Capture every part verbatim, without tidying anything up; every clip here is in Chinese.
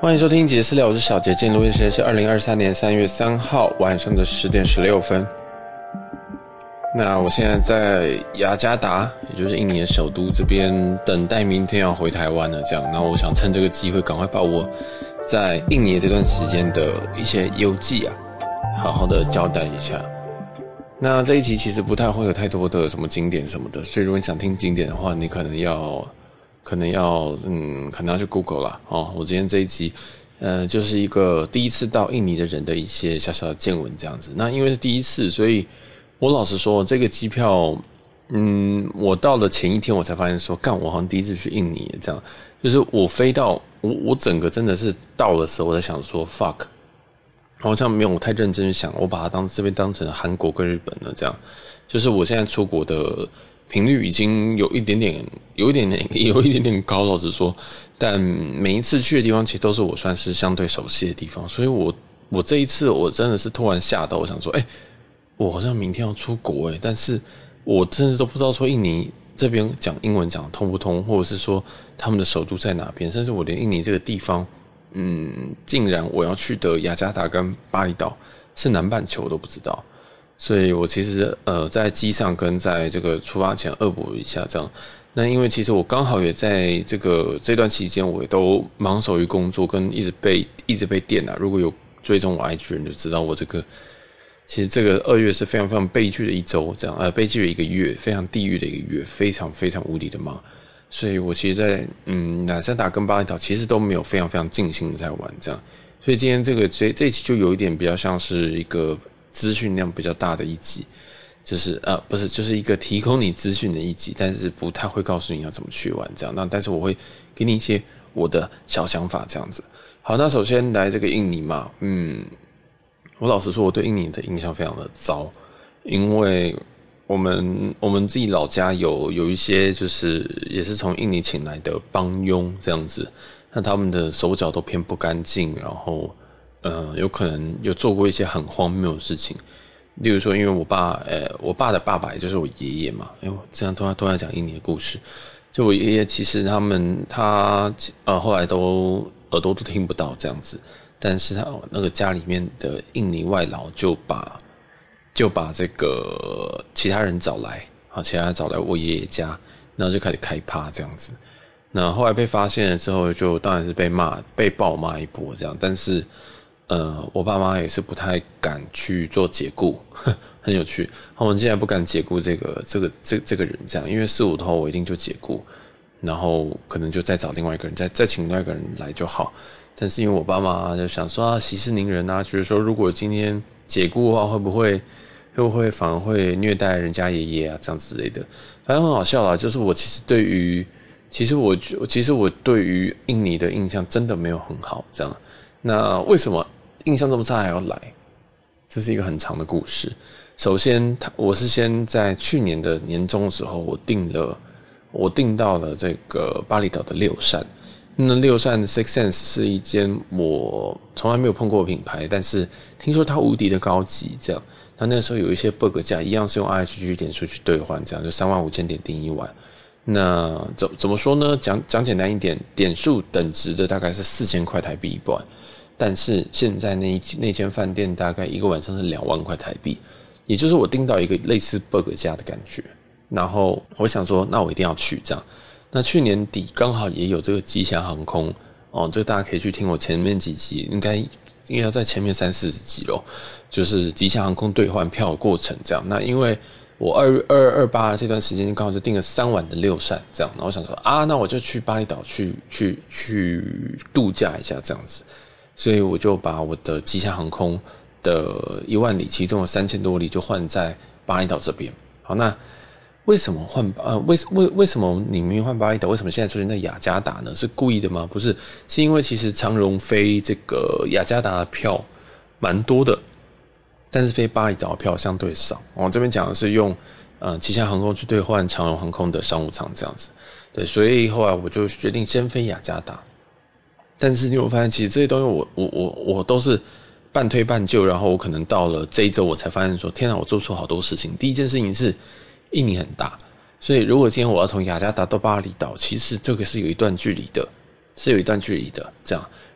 欢迎收听杰私聊，我是小杰，今天录音时间是二零二三年三月三号晚上的十点十六分。那我现在在雅加达，也就是印尼的首都这边，等待明天要回台湾了。这样，那我想趁这个机会，赶快把我在印尼这段时间的一些游记啊，好好的交代一下。那这一集其实不太会有太多的什么景点什么的，所以如果你想听景点的话，你可能要。可能要嗯，可能要去 Google 啦哦。我今天这一集，呃，就是一个第一次到印尼的人的一些小小的见闻这样子。那因为是第一次，所以我老实说，这个机票，嗯，我到了前一天我才发现说，干，我好像第一次去印尼这样。就是我飞到我我整个真的是到的时候，我在想说 fuck， 好像没有太认真去想，我把它当这边当成韩国跟日本了这样。就是我现在出国的。频率已经有一点点，有一点点，有一点点高，老实说，但每一次去的地方其实都是我算是相对熟悉的地方，所以我我这一次我真的是突然吓到，我想说，哎、欸，我好像明天要出国哎、欸，但是我真的都不知道说印尼这边讲英文讲得通不通，或者是说他们的首都在哪边，甚至我连印尼这个地方，嗯，竟然我要去的雅加达跟巴厘岛是南半球我都不知道。所以我其实呃在机上跟在这个出发前恶补一下这样，那因为其实我刚好也在这个这段期间我也都忙手于工作跟一直被一直被电啊，如果有追踪我 I G 人就知道我这个其实这个二月是非常非常悲剧的一周这样，呃悲剧的一个月，非常地狱的一个月，非常非常无敌的忙，所以我其实在嗯雅加达跟巴厘岛其实都没有非常非常尽兴的在玩这样，所以今天这个这这一期就有一点比较像是一个资讯量比较大的一集，就是呃不是，就是一个提供你资讯的一集，但是不太会告诉你要怎么去玩这样。那但是我会给你一些我的小想法这样子。好，那首先来这个印尼嘛，嗯，我老实说，我对印尼的印象非常的糟，因为我们我们自己老家有有一些就是也是从印尼请来的帮佣这样子，那他们的手脚都偏不干净，然后。呃，有可能有做过一些很荒谬的事情，例如说，因为我爸，呃，我爸的爸爸也就是我爷爷嘛，哎，我这样突然突然讲印尼的故事，就我爷爷其实他们他呃后来都耳朵都听不到这样子，但是他那个家里面的印尼外劳就把就把这个其他人找来，好，其他人找来我爷爷家，然后就开始开趴这样子，那后来被发现了之后，就当然是被骂，被暴骂一波这样，但是。呃，我爸妈也是不太敢去做解雇，很有趣。他们竟然不敢解雇这个这个这这个人，这样，因为四五头我一定就解雇，然后可能就再找另外一个人，再再请另外一个人来就好。但是因为我爸妈就想说啊，息事宁人啊，觉得说如果今天解雇的话，会不会会不会反而会虐待人家爷爷啊，这样之类的，反正很好笑啦。就是我其实对于，其实我其实我对于印尼的印象真的没有很好，这样。那为什么？印象这么差还要来，这是一个很长的故事。首先，我是先在去年的年中的时候，我订了，我订到了这个巴厘岛的六扇。那六扇 Six Sense 是一间我从来没有碰过的品牌，但是听说它无敌的高级，这样。那那时候有一些 bug 价，一样是用 I H G 点数去兑换，这样就三万五千点订一晚。那怎怎么说呢？讲讲简单一点，点数等值的大概是四千块台币一晚。但是现在那一那间饭店大概一个晚上是两万块台币，也就是我订到一个类似 bug 价的感觉。然后我想说，那我一定要去这样。那去年底刚好也有这个吉祥航空哦，这大家可以去听我前面几集，应该应该要在前面三四十集咯，就是吉祥航空兑换票的过程这样。那因为我二二二八这段时间刚好就订了三晚的六扇这样，然后我想说啊，那我就去巴厘岛去去去度假一下这样子。所以我就把我的吉祥航空的一万里，其中有三千多里就换在巴厘岛这边。好，那为什么换呃为为为什么你明明换巴厘岛，为什么现在出现在雅加达呢？是故意的吗？不是，是因为其实长荣飞这个雅加达的票蛮多的，但是飞巴厘岛的票相对少。我这边讲的是用呃吉祥航空去兑换长荣航空的商务舱这样子。对，所以后来我就决定先飞雅加达。但是你有发现，其实这些东西我我我我都是半推半就，然后我可能到了这一周，我才发现说，天啊，我做错好多事情。第一件事情是，印尼很大，所以如果今天我要从雅加达到巴厘岛，其实这个是有一段距离的，是有一段距离的，这样。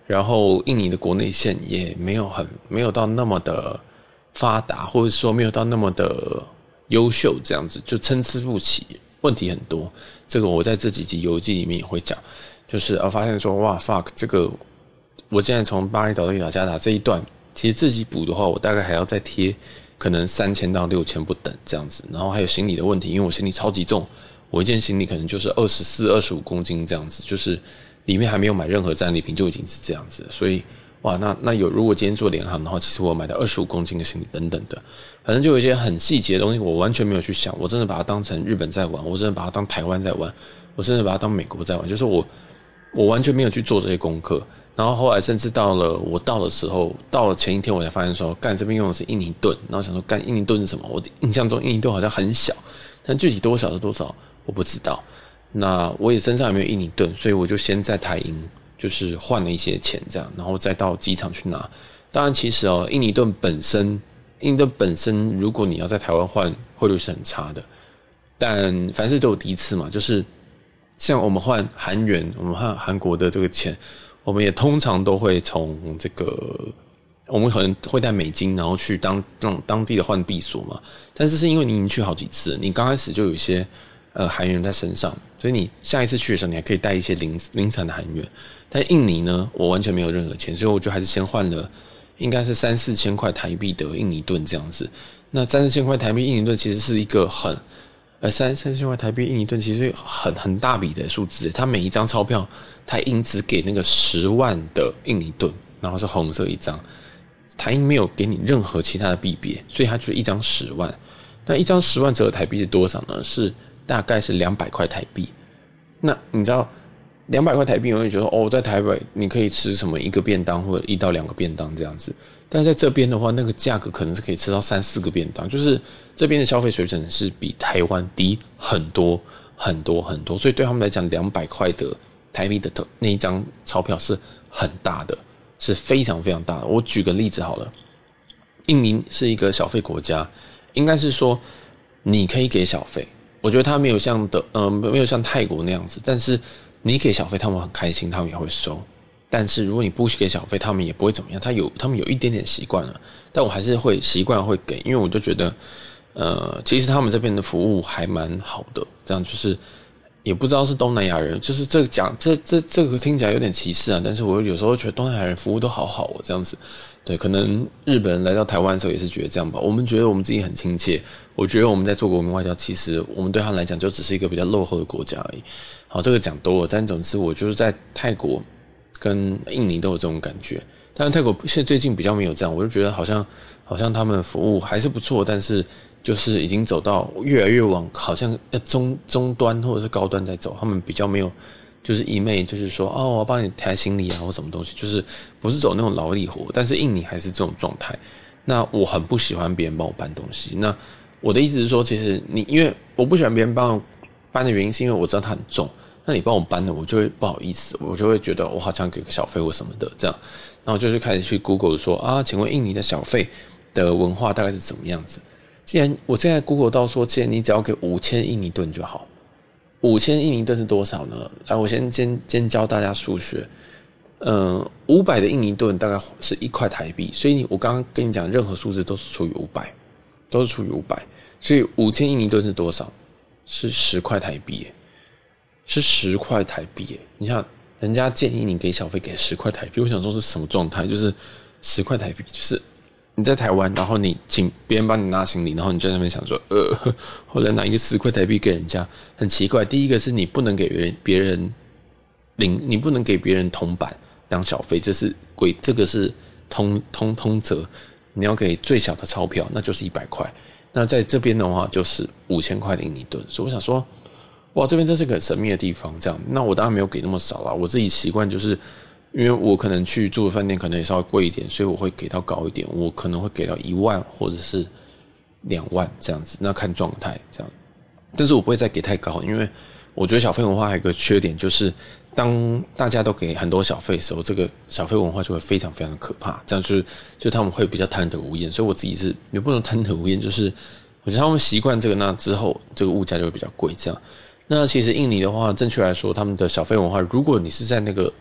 然后印尼的国内线也没有很没有到那么的发达，或者说没有到那么的优秀，这样子就参差不齐，问题很多。这个我在这几集游记里面也会讲，就是我发现说哇 fuck 这个我现在从巴厘岛到雅加达这一段，其实自己补的话，我大概还要再贴可能三千到六千不等这样子，然后还有行李的问题，因为我行李超级重，我一件行李可能就是二十四、二十五公斤这样子，就是里面还没有买任何战利品就已经是这样子了，所以哇，那那有如果今天做联航的话，其实我买到二十五公斤的行李等等的，反正就有一些很细节的东西，我完全没有去想，我真的把它当成日本在玩，我真的把它当台湾在玩，我甚至把它当美国在玩，就是我我完全没有去做这些功课。然后后来甚至到了我到的时候，到了前一天我才发现说，干这边用的是印尼盾，然后想说干印尼盾是什么？我印象中印尼盾好像很小，但具体多少是多少我不知道。那我也身上也没有印尼盾，所以我就先在台银就是换了一些钱这样，然后再到机场去拿。当然其实哦，印尼盾本身，印尼盾本身如果你要在台湾换，汇率是很差的。但凡事都有第一次嘛，就是像我们换韩元，我们换韩国的这个钱。我们也通常都会从这个，我们可能会带美金，然后去当当当地的换币所嘛。但是是因为你已经去好几次了，你刚开始就有一些呃韩元在身上，所以你下一次去的时候，你还可以带一些零零散的韩元。但印尼呢，我完全没有任何钱，所以我就还是先换了，应该是三四千块台币的印尼盾这样子。那三四千块台币印尼盾其实是一个很。呃，三三千块台币印尼盾其实很很大笔的数字，它每一张钞票，台银只给那个十万的印尼盾，然后是红色一张，台银没有给你任何其他的币别，所以它就一张十万。那一张十万折合台币是多少呢？是大概是两百块台币。那你知道两百块台币，我会觉得哦，在台北你可以吃什么一个便当或者一到两个便当这样子，但在这边的话，那个价格可能是可以吃到三四个便当，就是这边的消费水准是比台湾低很多很多很多，所以对他们来讲，两百块的台币的那一张钞票是很大的，是非常非常大的。我举个例子好了，印尼是一个小费国家，应该是说你可以给小费，我觉得它没有像的呃没有像泰国那样子，但是你给小费，他们很开心，他们也会收。但是如果你不给小费，他们也不会怎么样。他有他们有一点点习惯了，但我还是会习惯会给，因为我就觉得，呃，其实他们这边的服务还蛮好的。这样就是也不知道是东南亚人，就是这个讲这这这个听起来有点歧视啊。但是我有时候觉得东南亚人服务都好好哦，这样子。对，可能日本人来到台湾的时候也是觉得这样吧。我们觉得我们自己很亲切，我觉得我们在做国民外交，其实我们对他们来讲就只是一个比较落后的国家而已。好，这个讲多了，但总之我就是在泰国跟印尼都有这种感觉，但是泰国现在最近比较没有这样，我就觉得好像好像他们的服务还是不错，但是就是已经走到越来越往好像中中端或者是高端在走，他们比较没有就是一昧就是说哦我要帮你抬行李啊或什么东西，就是不是走那种劳力活，但是印尼还是这种状态。那我很不喜欢别人帮我搬东西，那我的意思是说，其实你因为我不喜欢别人帮我搬的原因是因为我知道它很重。那你帮我搬的，我就会不好意思，我就会觉得我好像给个小费或什么的这样，然后就是开始去 Google 说啊，请问印尼的小费的文化大概是怎么样子？既然我现在 Google 到说，既然你只要给五千印尼盾就好，五千印尼盾是多少呢？来，我先先先教大家数学，嗯，五百的印尼盾大概是一块台币，所以你我刚刚跟你讲，任何数字都是除以五百，都是除以五百，所以五千印尼盾是多少？是十块台币耶。是十块台币耶！你看，人家建议你给小费给十块台币，我想说是什么状态？就是十块台币，就是你在台湾，然后你请别人帮你拿行李，然后你就在那边想说，呃，后来拿一个十块台币给人家，很奇怪。第一个是你不能给别人别人零，你不能给别人铜板当小费，这是规，这个是通通通则。你要给最小的钞票，那就是一百块。那在这边的话，就是五千块的印尼盾。所以我想说。哇，这边真是个很神秘的地方，这样。那我当然没有给那么少啦，我自己习惯就是，因为我可能去住的饭店可能也稍微贵一点，所以我会给到高一点，我可能会给到一万或者是两万这样子，那看状态这样。但是我不会再给太高，因为我觉得小费文化还有一个缺点，就是当大家都给很多小费的时候，这个小费文化就会非常非常的可怕，这样就是就他们会比较贪得无厌，所以我自己是也不能贪得无厌，就是我觉得他们习惯这个，那之后这个物价就会比较贵这样。那其实印尼的话，正确来说，他们的小费文化，如果你是在那个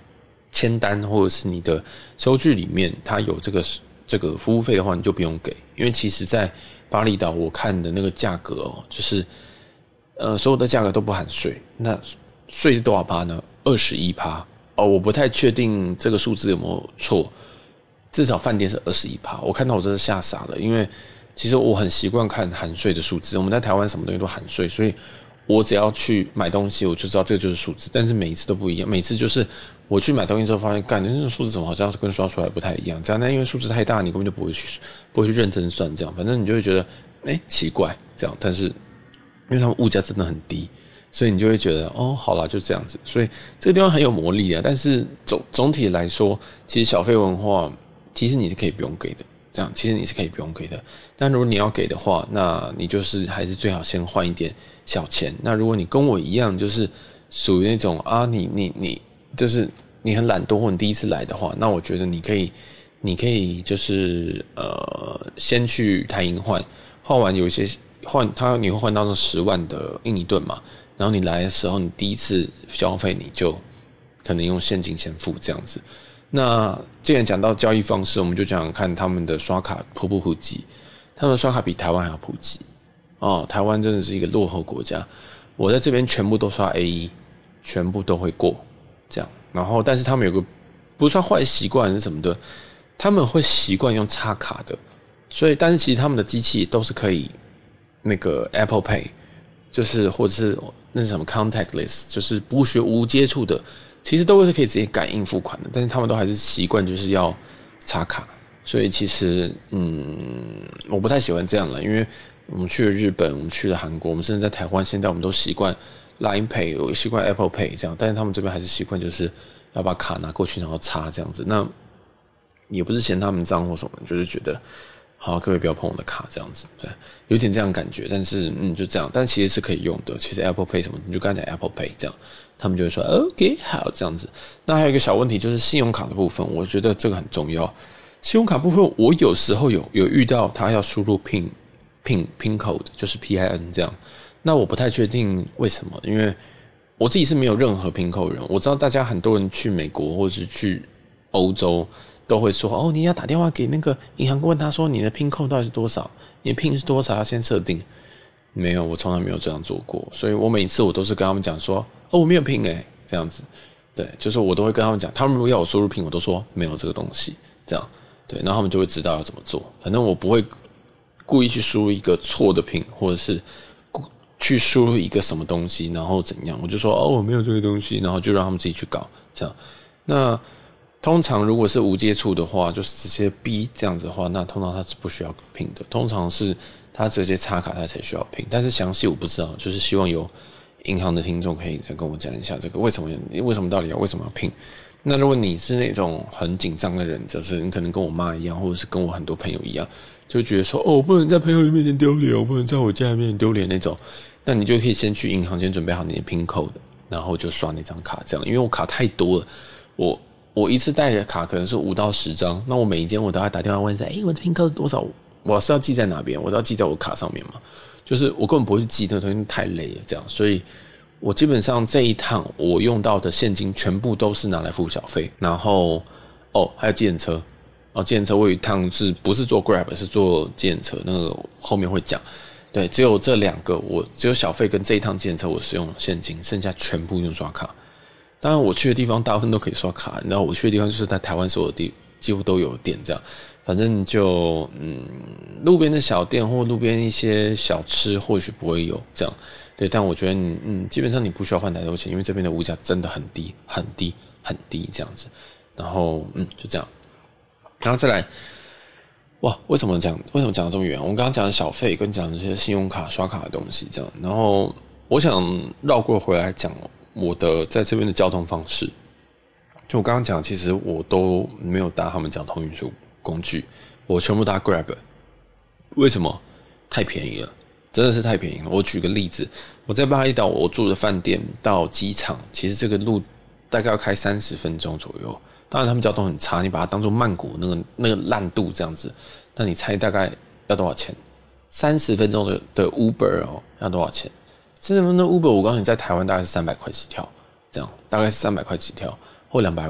签单或者是你的收据里面，它有这个这个服务费的话，你就不用给，因为其实在巴厘岛我看的那个价格哦，就是呃所有的价格都不含税，那税是多少趴呢？二十一趴哦，我不太确定这个数字有没有错，至少饭店是二十一趴，我看到我真是吓傻了，因为其实我很习惯看含税的数字，我们在台湾什么东西都含税，所以我只要去买东西，我就知道这个就是数字，但是每一次都不一样，每次就是我去买东西之后发现，干那个数字怎么好像跟刷出来不太一样，这样，那因为数字太大，你根本就不会去不会去认真算，这样，反正你就会觉得，哎、欸，奇怪，这样，但是因为他们物价真的很低，所以你就会觉得，哦，好啦，就这样子，所以这个地方很有魔力啊，但是总总体来说，其实小费文化其实你是可以不用给的。这样其实你是可以不用给的，但如果你要给的话，那你就是还是最好先换一点小钱。那如果你跟我一样，就是属于那种啊，你你你就是你很懒惰或你第一次来的话，那我觉得你可以，你可以就是呃，先去台银换，换完有一些换，他你会换到那十万的印尼盾嘛，然后你来的时候，你第一次消费你就可能用现金先付这样子。那既然讲到交易方式，我们就讲讲看他们的刷卡普不普及。他们的刷卡比台湾还要普及哦，台湾真的是一个落后国家。我在这边全部都刷 A 一，全部都会过这样。然后，但是他们有个不算坏习惯是什么的，他们会习惯用插卡的，所以但是其实他们的机器都是可以那个 Apple Pay， 就是或者是那是什么 contactless， 就是不需无接触的。其实都是可以直接感应付款的，但是他们都还是习惯就是要插卡，所以其实嗯，我不太喜欢这样了，因为我们去了日本，我们去了韩国，我们甚至在台湾，现在我们都习惯 Line Pay， 我习惯 Apple Pay 这样，但是他们这边还是习惯就是要把卡拿过去然后插这样子，那也不是嫌他们脏或什么，就是觉得好，各位不要碰我的卡这样子，对，有点这样的感觉，但是嗯就这样，但其实是可以用的，其实 Apple Pay 什么，你就跟他讲 Apple Pay 这样。他们就会说 OK 好这样子。那还有一个小问题就是信用卡的部分，我觉得这个很重要。信用卡部分，我有时候有有遇到他要输入 PIN PIN PIN code， 就是 P I N 这样。那我不太确定为什么，因为我自己是没有任何 PIN code 人。我知道大家很多人去美国或是去欧洲都会说，哦，你要打电话给那个银行问他说你的 PIN code 到底是多少，你的 PIN 是多少，要先设定。没有，我从来没有这样做过，所以我每次我都是跟他们讲说。哦，我没有PIN诶，这样子，对，就是我都会跟他们讲，他们如果要我输入PIN，我都说没有这个东西，这样，对，然后他们就会知道要怎么做。反正我不会故意去输入一个错的PIN，或者是去输入一个什么东西，然后怎样，我就说哦，我没有这个东西，然后就让他们自己去搞，这样。那通常如果是无接触的话，就是直接逼这样子的话，那通常他是不需要PIN的，通常是他直接插卡他才需要PIN，但是详细我不知道，就是希望有。银行的听众可以再跟我讲一下这个为什么为什么到底要为什么要PIN？那如果你是那种很紧张的人，就是你可能跟我妈一样，或者是跟我很多朋友一样，就觉得说哦，我不能在朋友面前丢脸，我不能在我家里面丢脸那种，那你就可以先去银行先准备好你的PIN code，然后就刷那张卡这样。因为我卡太多了，我我一次带的卡可能是五到十张，那我每一间我都要打电话问一下，哎，我的PIN code是多少？我是要记在哪边？我都要记在我卡上面嘛。就是我根本不会去记那个东西，太累了，这样，所以我基本上这一趟我用到的现金全部都是拿来付小费，然后哦还有计程车，哦计程车我有一趟是不是坐 Grab 是坐计程车，那个后面会讲，对，只有这两个我只有小费跟这一趟计程车我是用现金，剩下全部用刷卡。当然我去的地方大部分都可以刷卡，你知道我去的地方就是在台湾所有地几乎都有店这样。反正就嗯，路边的小店或路边一些小吃或许不会有这样，对，但我觉得你嗯，基本上你不需要换太多钱，因为这边的物价真的很低，很低，很低这样子。然后嗯，就这样，然后再来，哇，为什么讲为什么讲得这么远？我们刚刚讲的小费跟讲这些信用卡刷卡的东西这样，然后我想绕过回来讲我的在这边的交通方式。就我刚刚讲，其实我都没有搭他们交通运输工具，我全部搭 Grab。为什么？太便宜了，真的是太便宜了。我举个例子，我在巴厘岛，我住的饭店到机场，其实这个路大概要开三十分钟左右。当然，他们交通很差，你把它当作曼谷那个那个烂度这样子，那你猜大概要多少钱？三十分钟的的 Uber 哦，要多少钱？三十分钟的 Uber， 我告诉你，在台湾大概是三百块起跳，这样大概是三百块起跳。或两百五十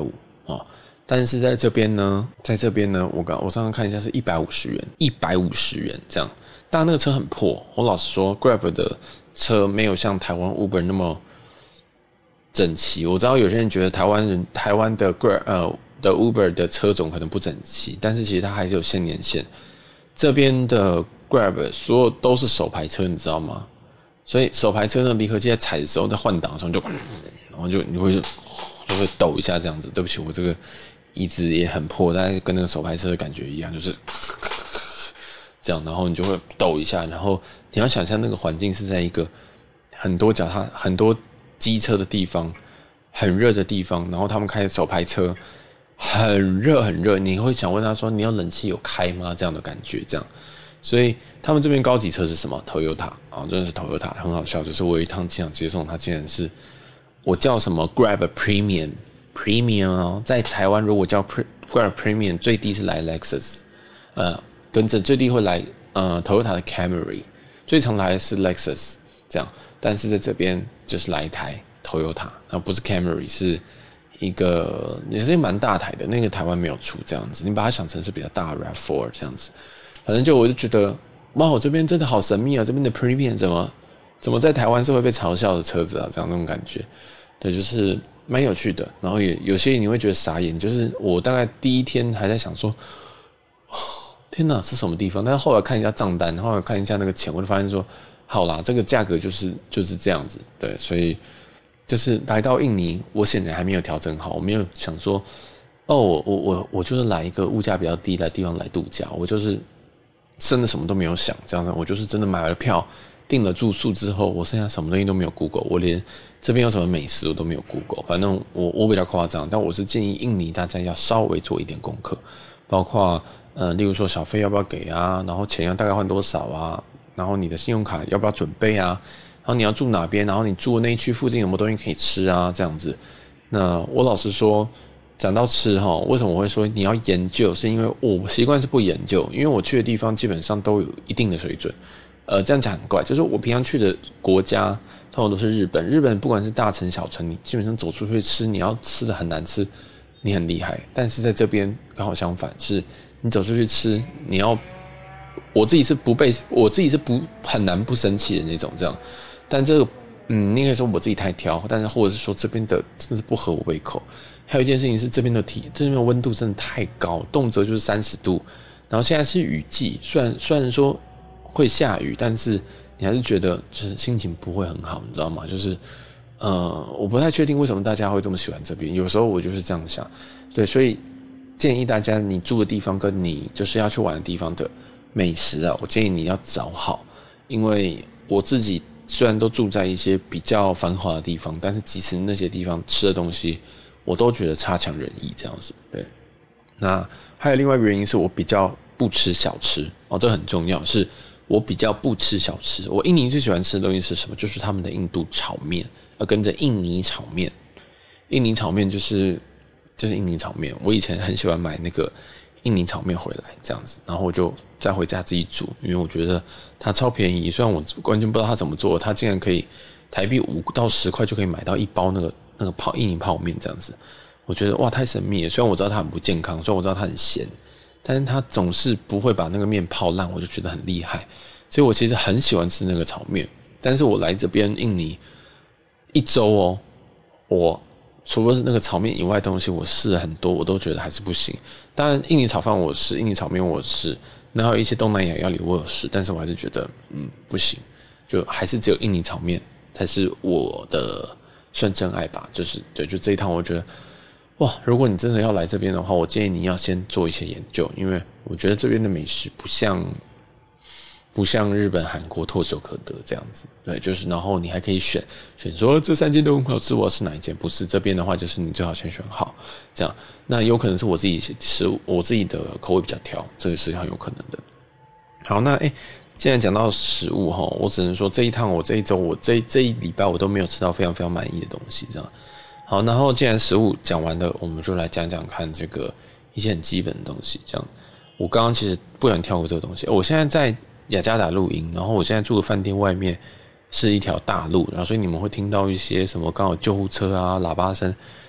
哦。但是在这边呢，在这边呢，我刚我上次看一下是一百五十元，一百五十元这样。当然那个车很破，我老实说 ，Grab 的车没有像台湾 Uber 那么整齐。我知道有些人觉得台湾人台湾的 Grab 呃的 Uber 的车种可能不整齐，但是其实它还是有限年限。这边的 Grab 所有都是手排车，你知道吗？所以手排车的离合器在踩的时候，在换挡的时候就，然后就你会就会抖一下这样子。对不起，我这个椅子也很破，大概跟那个手排车的感觉一样，就是这样，然后你就会抖一下，然后你要想象那个环境是在一个很多脚踏很多机车的地方，很热的地方，然后他们开手排车，很热很热，你会想问他说：“你要冷气有开吗？”这样的感觉，这样。所以他们这边高级车是什么 ？Toyota 啊，真的是 Toyota， 很好笑。就是我有一趟机场接送，他竟然是我叫什么 Grab Premium Premium 哦，在台湾如果叫 Grab Premium， 最低是来 Lexus， 呃，跟着最低会来呃 Toyota 的 Camry， 最常来的是 Lexus 这样，但是在这边就是来一台 Toyota， 那不是 Camry， 是一个也是蛮大台的，那个台湾没有出这样子，你把它想成是比较大的 RAV 四 这样子。反正就我就觉得，哇，我这边真的好神秘啊！这边的 Premium 怎么怎么在台湾是会被嘲笑的车子啊？这样那种感觉，对，就是蛮有趣的。然后也有些你会觉得傻眼，就是我大概第一天还在想说，哦、天哪，是什么地方？但是后来看一下账单，后来看一下那个钱，我就发现说，好啦，这个价格就是就是这样子，对，所以就是来到印尼，我显然还没有调整好，我没有想说，哦，我我我我就是来一个物价比较低的地方来度假，我就是。真的什么都没有想，这样子，我就是真的买了票，订了住宿之后，我剩下什么东西都没有 Google， 我连这边有什么美食我都没有 Google。反正我我比较夸张，但我是建议印尼大家要稍微做一点功课，包括呃，例如说小费要不要给啊，然后钱要大概换多少啊，然后你的信用卡要不要准备啊，然后你要住哪边，然后你住的那一区附近有没有东西可以吃啊，这样子。那我老实说。讲到吃齁，为什么我会说你要研究？是因为我习惯是不研究，因为我去的地方基本上都有一定的水准。呃，这样讲很怪，就是我平常去的国家通常都是日本，日本不管是大城小城，你基本上走出去吃，你要吃的很难吃，你很厉害。但是在这边刚好相反，是你走出去吃，你要我自己是不被，我自己是不很难不生气的那种这样。但这个嗯，你可以说我自己太挑，但是或者是说这边的真的是不合我胃口。还有一件事情是这边的体，这边的温度真的太高，动辄就是三十度。然后现在是雨季，虽然虽然说会下雨，但是你还是觉得就是心情不会很好，你知道吗？就是呃，我不太确定为什么大家会这么喜欢这边。有时候我就是这样想，对，所以建议大家你住的地方跟你就是要去玩的地方的美食啊，我建议你要找好，因为我自己虽然都住在一些比较繁华的地方，但是即使那些地方吃的东西。我都觉得差强人意这样子，对。那还有另外一个原因是我比较不吃小吃哦，这很重要，是我比较不吃小吃。我印尼最喜欢吃的东西是什么？就是他们的印度炒面，要跟着印尼炒面。印尼炒面就是就是印尼炒面。我以前很喜欢买那个印尼炒面回来这样子，然后我就再回家自己煮，因为我觉得它超便宜。虽然我完全不知道它怎么做，它竟然可以台币五到十块就可以买到一包那个。那个泡印尼泡面这样子，我觉得哇太神秘了。虽然我知道它很不健康，虽然我知道它很咸，但是它总是不会把那个面泡烂，我就觉得很厉害。所以我其实很喜欢吃那个炒面。但是我来这边印尼一周哦，我除了那个炒面以外的东西，我试了很多，我都觉得还是不行。当然，印尼炒饭我试，印尼炒面我试，然后一些东南亚料理我有试，但是我还是觉得嗯不行，就还是只有印尼炒面才是我的。算真爱吧，就是对，就这一趟我觉得，哇！如果你真的要来这边的话，我建议你要先做一些研究，因为我觉得这边的美食不像不像日本、韩国唾手可得这样子，对，就是然后你还可以选选说这三间都很好吃，我要吃哪一间？不是这边的话，就是你最好先选好，这样。那有可能是我自己食物，我自己的口味比较挑，这个是很有可能的。好，那诶。既然讲到食物齁，我只能说这一趟我这一周我这这一礼拜我都没有吃到非常非常满意的东西，这样。好，然后既然食物讲完了，我们就来讲讲看这个一些很基本的东西。这样，我刚刚其实不想跳过这个东西。我现在在雅加达录音，然后我现在住的饭店外面是一条大路，然后所以你们会听到一些什么刚好救护车啊、喇叭声，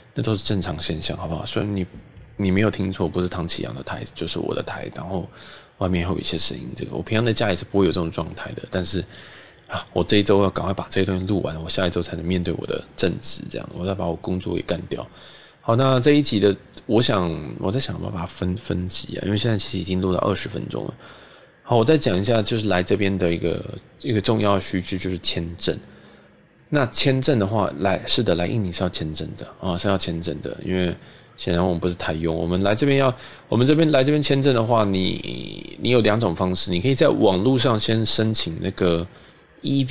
那都是正常现象，好不好？虽然你你没有听错，不是唐启阳的台，就是我的台，然后外面会有一些声音，这个我平常在家里是不会有这种状态的，但是啊，我这一周要赶快把这些东西录完，我下一周才能面对我的正职，这样我再把我工作给干掉。好，那这一集的，我想我在想要把它分分集啊，因为现在其实已经录到二十分钟了。好，我再讲一下，就是来这边的一个一个重要的须知就是签证。那签证的话，来是的，来印尼是要签证的啊，是要签证的，因为显然我们不是台佣，我们来这边要，我们这边来这边签证的话，你你有两种方式，你可以在网络上先申请那个 e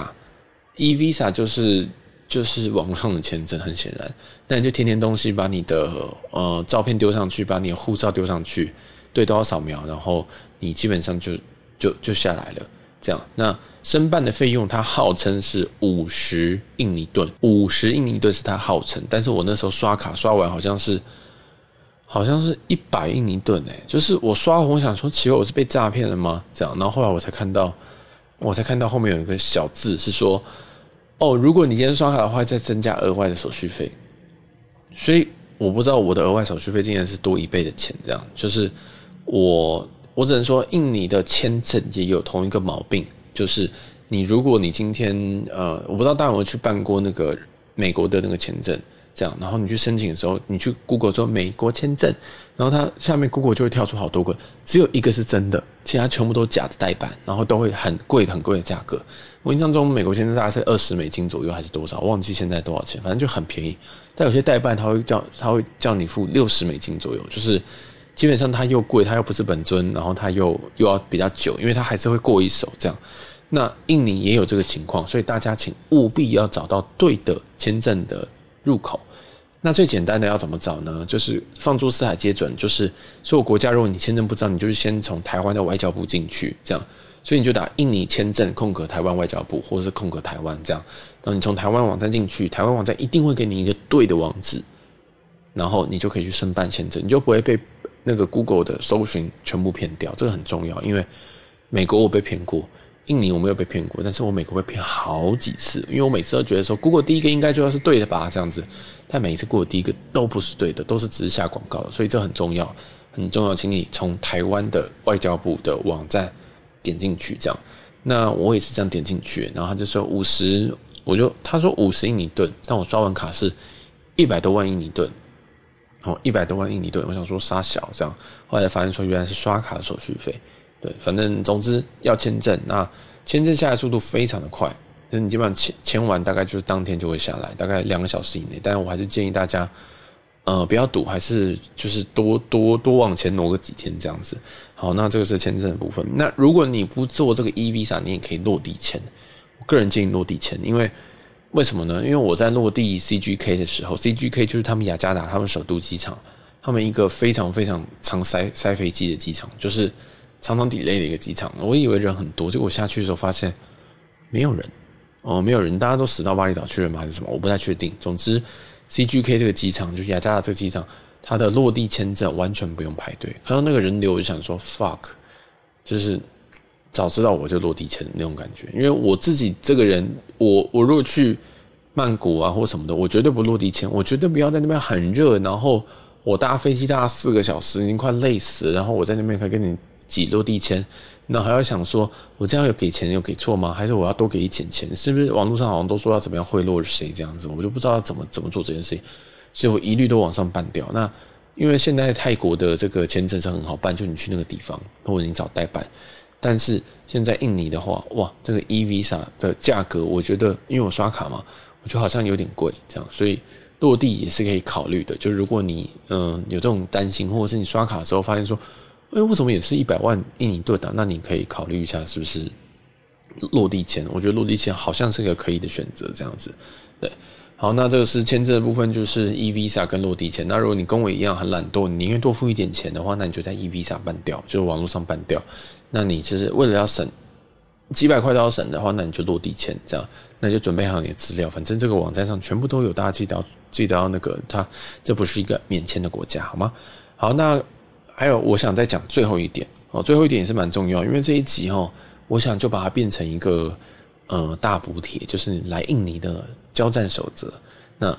visa，e visa 就是就是网络上的签证，很显然，那你就填填东西，把你的呃照片丢上去，把你的护照丢上去，对，都要扫描，然后你基本上就就就下来了。这样，那申办的费用它号称是五十印尼盾，五十印尼盾是它号称，但是我那时候刷卡刷完好像是好像是一百印尼盾诶，就是我刷完我想说奇怪我是被诈骗了吗？这样，然后后来我才看到我才看到后面有一个小字是说，哦，如果你今天刷卡的话，再增加额外的手续费，所以我不知道我的额外手续费竟然是多一倍的钱，这样就是我。我只能说，印尼的签证也有同一个毛病，就是你如果你今天呃，我不知道大家有没有去办过那个美国的那个签证，这样，然后你去申请的时候，你去 Google 说美国签证，然后它下面 Google 就会跳出好多个，只有一个是真的，其他全部都假的代办，然后都会很贵很贵的价格。我印象中美国签证大概是二十美金左右还是多少，我忘记现在多少钱，反正就很便宜。但有些代办他会叫他会叫你付六十美金左右，就是。基本上它又贵，它又不是本尊，然后它又又要比较久，因为它还是会过一手这样。那印尼也有这个情况，所以大家请务必要找到对的签证的入口。那最简单的要怎么找呢？就是放诸四海皆准，就是所有国家如果你签证不知道，你就是先从台湾的外交部进去这样。所以你就打印尼签证空格台湾外交部，或者是空格台湾这样。然后你从台湾网站进去，台湾网站一定会给你一个对的网址，然后你就可以去申办签证，你就不会被那个 Google 的搜寻全部骗掉，这个很重要，因为美国我被骗过，印尼我没有被骗过，但是我美国被骗好几次，因为我每次都觉得说 Google 第一个应该就要是对的吧，这样子，但每一次 Google 第一个都不是对的，都是只是下广告的，所以这很重要，很重要，请你从台湾的外交部的网站点进去，这样，那我也是这样点进去，然后他就说五十，我就他说五十印尼盾，但我刷完卡是一百多万印尼盾。哦，一百多万印尼盾，我想说杀小这样，后来发现说原来是刷卡的手续费，对，反正总之要签证，那签证下来速度非常的快，就是你基本上签签完大概就是当天就会下来，大概两个小时以内，但是我还是建议大家，呃，不要赌，还是就是多多多往前挪个几天这样子。好，那这个是签证的部分。那如果你不做这个 e visa， 你也可以落地签，我个人建议落地签，因为。为什么呢？因为我在落地 C G K 的时候 ，C G K 就是他们雅加达他们首都机场，他们一个非常非常常塞塞飞机的机场，就是常常 delay 的一个机场。我以为人很多，结果我下去的时候发现没有人，哦，没有人，大家都死到巴厘岛去了吗？还是什么？我不太确定。总之 ，C G K 这个机场就是雅加达这个机场，它的落地签证完全不用排队。看到那个人流，我就想说 fuck， 就是。早知道我就落地签那种感觉，因为我自己这个人，我我如果去曼谷啊或什么的，我绝对不落地签，我绝对不要在那边很热，然后我搭飞机搭四个小时，已经快累死了，然后我在那边可以跟你挤落地签，那还要想说，我这样有给钱有给错吗？还是我要多给一点钱？是不是网络上好像都说要怎么样贿赂谁这样子？我就不知道要怎么怎么做这件事情，所以我一律都往上办掉。那因为现在泰国的这个签证是很好办，就你去那个地方，或者你找代办。但是现在印尼的话，哇，这个 e visa 的价格，我觉得因为我刷卡嘛，我觉得好像有点贵，这样，所以落地也是可以考虑的。就如果你嗯、呃、有这种担心，或者是你刷卡的时候发现说，哎，为什么也是一百万印尼盾啊？那你可以考虑一下是不是落地签？我觉得落地签好像是个可以的选择，这样子，对。好，那这个是签证的部分，就是 e visa 跟落地签。那如果你跟我一样很懒惰，你宁愿多付一点钱的话，那你就在 e visa 办掉，就是网络上办掉。那你其实为了要省几百块都要省的话，那你就落地签，这样，那你就准备好你的资料，反正这个网站上全部都有，大家记得要记得要那个，它这不是一个免签的国家，好吗？好，那还有我想再讲最后一点哦，最后一点也是蛮重要，因为这一集哦，我想就把它变成一个呃大补帖，就是来印尼的交战守则。那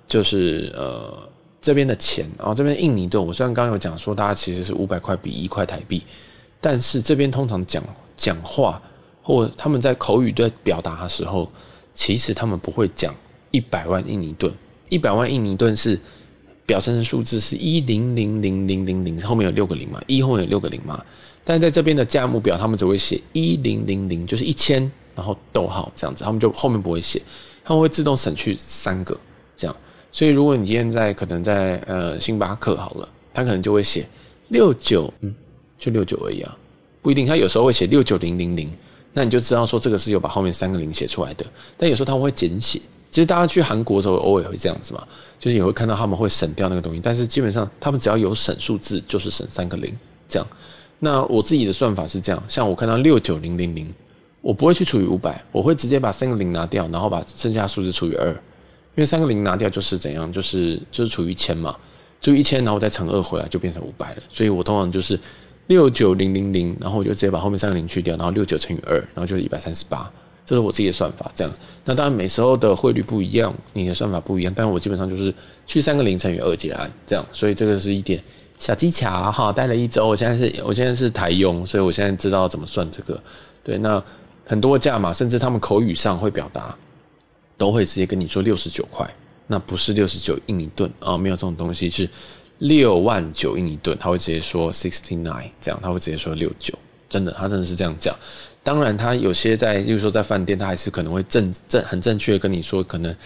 就是呃这边的钱啊、哦，这边印尼盾，我虽然刚刚有讲说大家其实是五百块比一块台币，但是这边通常讲讲话或他们在口语在表达的时候，其实他们不会讲一百万印尼盾，一百万印尼盾是表称的数字是一零零零零零零，后面有六个零嘛，一后面有六个零嘛，但在这边的价目表他们只会写一零零零，就是一千，然后逗号这样子，他们就后面不会写，他们会自动省去三个这样。所以如果你今天在可能在呃星巴克好了，他可能就会写六九，嗯，就六九而已啊，不一定，他有时候会写六九零零零，那你就知道说这个是有把后面三个零写出来的。但有时候他们会简写，其实大家去韩国的时候偶尔也会这样子嘛，就是也会看到他们会省掉那个东西，但是基本上他们只要有省数字就是省三个零这样。那我自己的算法是这样，像我看到六九零零零，我不会去除以五百，我会直接把三个零拿掉，然后把剩下的数字除以二，因为三个零拿掉就是怎样，就是就是除以一千嘛，除以一千，然后再乘二回来就变成五百了。所以我通常就是六九零零零，然后我就直接把后面三个零去掉，然后六九乘以二，然后就是一百三十八。这是我自己的算法，这样。那当然每时候的汇率不一样，你的算法不一样，但是我基本上就是去三个零乘以二结案，这样。所以这个是一点小技巧哈，待了一周，我现在是我现在是台佣，所以我现在知道怎么算这个。对，那很多价码，甚至他们口语上会表达，都会直接跟你说六十九块，那不是六十九印尼盾啊、哦，没有这种东西，是六万九印尼盾，他会直接说 sixty nine 这样，他会直接说六九，真的，他真的是这样讲。当然，他有些在，例如说在饭店，他还是可能会正正很正确的跟你说，可能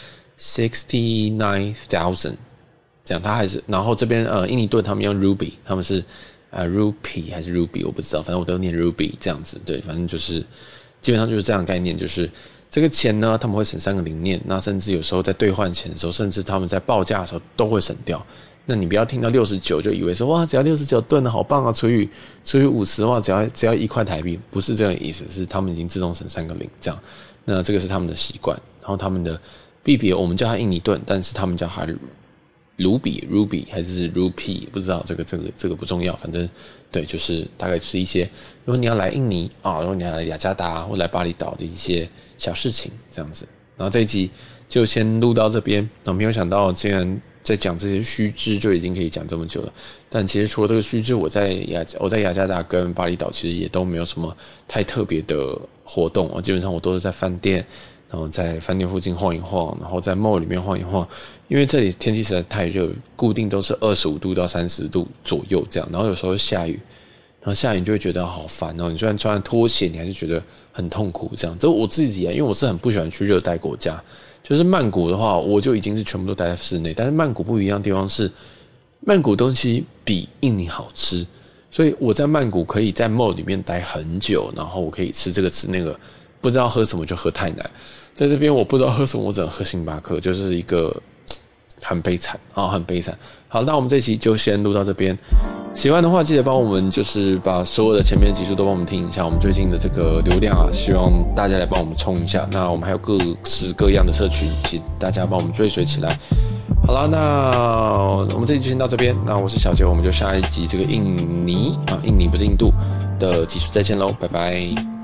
sixty nine thousand 这样，他还是，然后这边呃印尼盾他们用 ruby， 他们是呃 rupee 还是 ruby 我不知道，反正我都念 ruby 这样子，对，反正就是基本上就是这样的概念，就是这个钱呢他们会省三个零念，那甚至有时候在兑换钱的时候，甚至他们在报价的时候都会省掉。那你不要听到六十九就以为说哇只要六十九吨好棒啊，除以除以五十哇只要只要一块台币，不是这个意思，是他们已经自动省三个零这样。那这个是他们的习惯，然后他们的币别我们叫它印尼盾，但是他们叫它卢比 ruby 还是 rupee 不知道，这个这个这个不重要，反正对，就是大概是一些如果你要来印尼啊，如果你要来雅加达或来巴厘岛的一些小事情这样子。然后这一集就先录到这边，那没有想到竟然在讲这些须知就已经可以讲这么久了，但其实除了这个须知，我在雅我在雅加达跟巴厘岛其实也都没有什么太特别的活动，基本上我都是在饭店，然后在饭店附近晃一晃，然后在 mall 里面晃一晃，因为这里天气实在太热，固定都是二十五度到三十度左右这样，然后有时候下雨，然后下雨你就会觉得好烦哦，你虽然穿拖鞋你还是觉得很痛苦这样。这我自己啊，因为我是很不喜欢去热带国家，就是曼谷的话我就已经是全部都待在室内，但是曼谷不一样的地方是曼谷东西比印尼好吃，所以我在曼谷可以在 mall 里面待很久，然后我可以吃这个吃那个，不知道喝什么就喝泰奶，在这边我不知道喝什么，我只能喝星巴克，就是一个很悲惨啊、哦，很悲惨。好，那我们这期就先录到这边。喜欢的话，记得帮我们就是把所有的前面的集数都帮我们听一下。我们最近的这个流量啊，希望大家来帮我们冲一下。那我们还有各式各样的社群，请大家帮我们追随起来。好了，那我们这集就先到这边。那我是小杰，我们就下一集这个印尼啊，印尼不是印度的集数再见喽，拜拜。